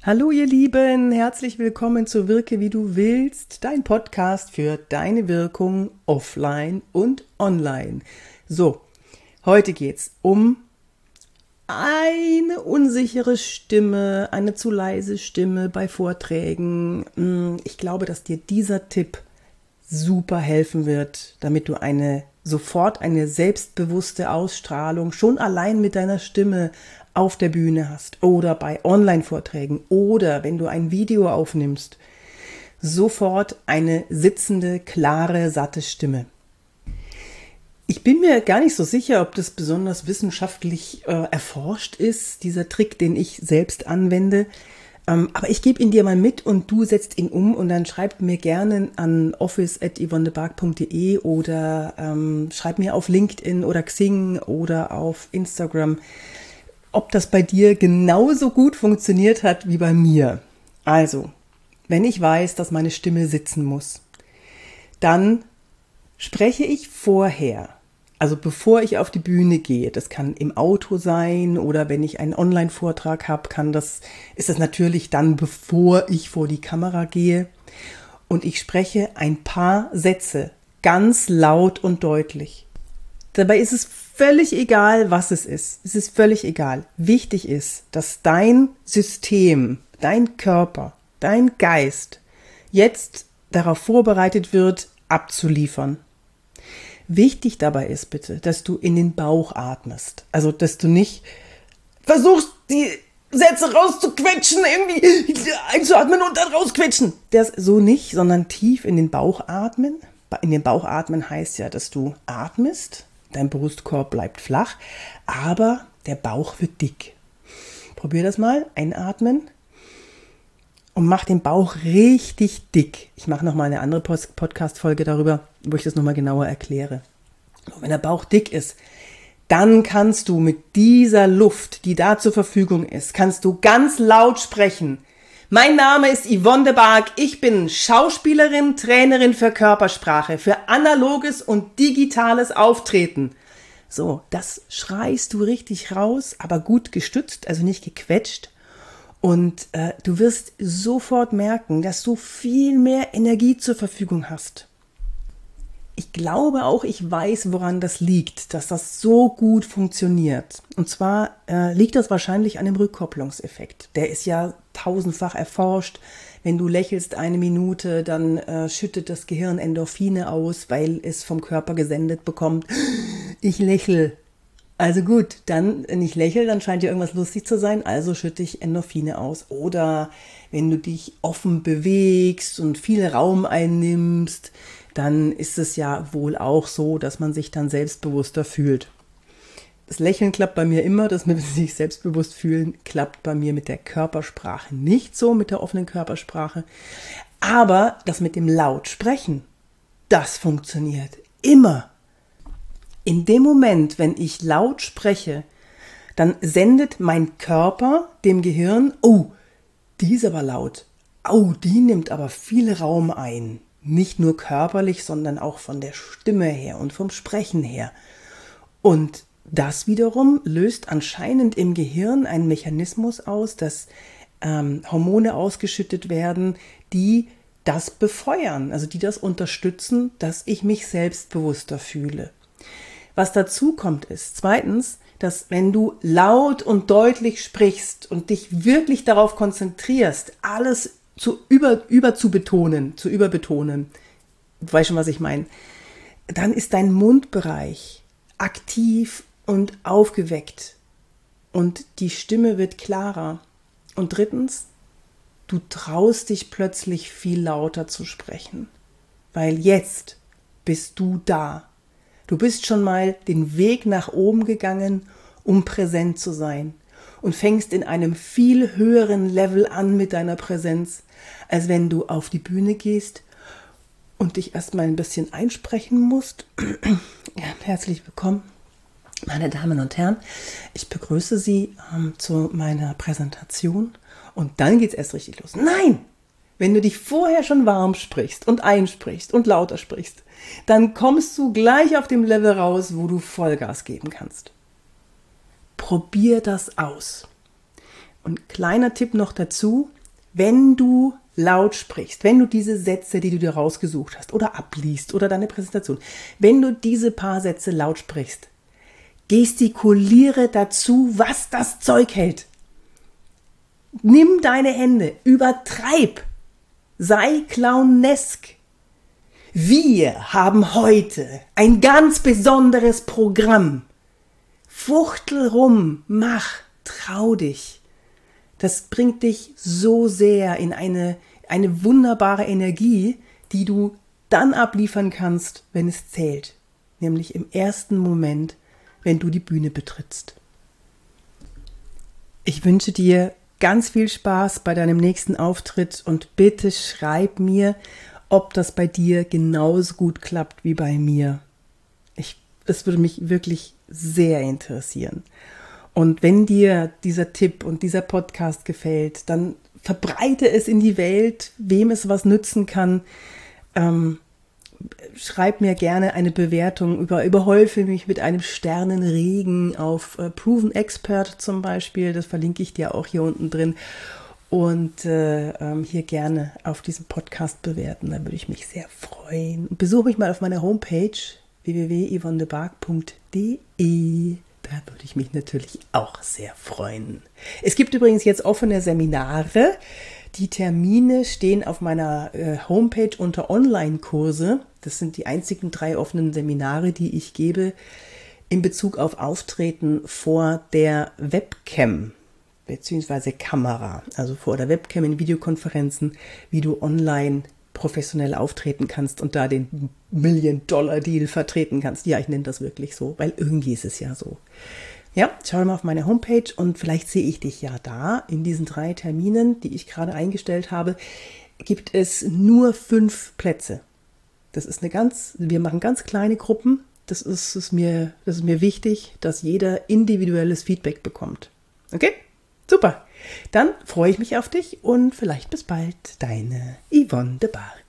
Hallo ihr Lieben, herzlich willkommen zu Wirke wie du willst, dein Podcast für deine Wirkung offline und online. So, heute geht's um eine unsichere Stimme, eine zu leise Stimme bei Vorträgen. Ich glaube, dass dir dieser Tipp super helfen wird, damit du sofort eine selbstbewusste Ausstrahlung schon allein mit deiner Stimme auf der Bühne hast oder bei Online-Vorträgen oder wenn du ein Video aufnimmst, sofort eine sitzende, klare, satte Stimme. Ich bin mir gar nicht so sicher, ob das besonders wissenschaftlich erforscht ist, dieser Trick, den ich selbst anwende. Aber ich gebe ihn dir mal mit und du setzt ihn um und dann schreib mir gerne an office@yvonnebark.de oder schreib mir auf LinkedIn oder Xing oder auf Instagram, ob das bei dir genauso gut funktioniert hat wie bei mir. Also, wenn ich weiß, dass meine Stimme sitzen muss, dann spreche ich vorher, also bevor ich auf die Bühne gehe. Das kann im Auto sein oder wenn ich einen Online-Vortrag habe, ist das natürlich dann, bevor ich vor die Kamera gehe. Und ich spreche ein paar Sätze ganz laut und deutlich. Dabei ist es völlig egal, was es ist. Es ist völlig egal. Wichtig ist, dass dein System, dein Körper, dein Geist jetzt darauf vorbereitet wird, abzuliefern. Wichtig dabei ist bitte, dass du in den Bauch atmest. Also, dass du nicht versuchst, die Sätze rauszuquetschen, irgendwie einzuatmen und dann rausquetschen. Das so nicht, sondern tief in den Bauch atmen. In den Bauch atmen heißt ja, dass du atmest. Dein Brustkorb bleibt flach, aber der Bauch wird dick. Probier das mal, einatmen und mach den Bauch richtig dick. Ich mache nochmal eine andere Podcast-Folge darüber, wo ich das nochmal genauer erkläre. Und wenn der Bauch dick ist, dann kannst du mit dieser Luft, die da zur Verfügung ist, kannst du ganz laut sprechen. Mein Name ist Yvonne de Bark, ich bin Schauspielerin, Trainerin für Körpersprache, für analoges und digitales Auftreten. So, das schreist du richtig raus, aber gut gestützt, also nicht gequetscht. Und du wirst sofort merken, dass du viel mehr Energie zur Verfügung hast. Ich glaube auch, ich weiß, woran das liegt, dass das so gut funktioniert. Und zwar liegt das wahrscheinlich an dem Rückkopplungseffekt. Der ist ja tausendfach erforscht. Wenn du lächelst 1 Minute, dann schüttet das Gehirn Endorphine aus, weil es vom Körper gesendet bekommt. Ich lächle. Also gut, dann, wenn ich lächle, dann scheint dir irgendwas lustig zu sein, also schütte ich Endorphine aus. Oder wenn du dich offen bewegst und viel Raum einnimmst, dann ist es ja wohl auch so, dass man sich dann selbstbewusster fühlt. Das Lächeln klappt bei mir immer, das mit sich selbstbewusst fühlen klappt bei mir mit der Körpersprache nicht so, mit der offenen Körpersprache. Aber das mit dem Lautsprechen, das funktioniert immer. In dem Moment, wenn ich laut spreche, dann sendet mein Körper dem Gehirn, oh, die ist aber laut, oh, die nimmt aber viel Raum ein. Nicht nur körperlich, sondern auch von der Stimme her und vom Sprechen her. Und das wiederum löst anscheinend im Gehirn einen Mechanismus aus, dass Hormone ausgeschüttet werden, die das befeuern, also die das unterstützen, dass ich mich selbstbewusster fühle. Was dazu kommt ist, zweitens, dass wenn du laut und deutlich sprichst und dich wirklich darauf konzentrierst, alles zu überbetonen, du weißt schon, was ich meine, dann ist dein Mundbereich aktiv und aufgeweckt und die Stimme wird klarer. Und drittens, du traust dich plötzlich viel lauter zu sprechen, weil jetzt bist du da. Du bist schon mal den Weg nach oben gegangen, um präsent zu sein und fängst in einem viel höheren Level an mit deiner Präsenz, als wenn du auf die Bühne gehst und dich erstmal ein bisschen einsprechen musst. Ja, herzlich willkommen, meine Damen und Herren. Ich begrüße Sie zu meiner Präsentation und dann geht's erst richtig los. Nein! Wenn du dich vorher schon warm sprichst und einsprichst und lauter sprichst, dann kommst du gleich auf dem Level raus, wo du Vollgas geben kannst. Probier das aus. Und kleiner Tipp noch dazu, wenn du laut sprichst, wenn du diese Sätze, die du dir rausgesucht hast oder abliest oder deine Präsentation, wenn du diese paar Sätze laut sprichst, gestikuliere dazu, was das Zeug hält. Nimm deine Hände, übertreib, sei clownesk. Wir haben heute ein ganz besonderes Programm. Fuchtel rum, mach, trau dich. Das bringt dich so sehr in eine wunderbare Energie, die du dann abliefern kannst, wenn es zählt. Nämlich im ersten Moment, wenn du die Bühne betrittst. Ich wünsche dir ganz viel Spaß bei deinem nächsten Auftritt und bitte schreib mir, ob das bei dir genauso gut klappt wie bei mir. Es würde mich wirklich sehr interessieren. Und wenn dir dieser Tipp und dieser Podcast gefällt, dann verbreite es in die Welt, wem es was nützen kann. Schreib mir gerne eine Bewertung, überhäufe mich mit einem Sternenregen auf Proven Expert zum Beispiel. Das verlinke ich dir auch hier unten drin. Und hier gerne auf diesem Podcast bewerten, da würde ich mich sehr freuen. Und besuche mich mal auf meiner Homepage www.yvonnebark.de. Da würde ich mich natürlich auch sehr freuen. Es gibt übrigens jetzt offene Seminare. Die Termine stehen auf meiner Homepage unter Online-Kurse. Das sind die einzigen 3 offenen Seminare, die ich gebe in Bezug auf Auftreten vor der Webcam bzw. Kamera. Also vor der Webcam in Videokonferenzen, wie du online professionell auftreten kannst und da den Million-Dollar-Deal vertreten kannst. Ja, ich nenne das wirklich so, weil irgendwie ist es ja so. Ja, schau mal auf meine Homepage und vielleicht sehe ich dich ja da. In diesen 3 Terminen, die ich gerade eingestellt habe, gibt es nur 5 Plätze. Wir machen ganz kleine Gruppen. Das ist mir wichtig, dass jeder individuelles Feedback bekommt. Okay? Super. Dann freue ich mich auf dich und vielleicht bis bald. Deine Yvonne de Barg.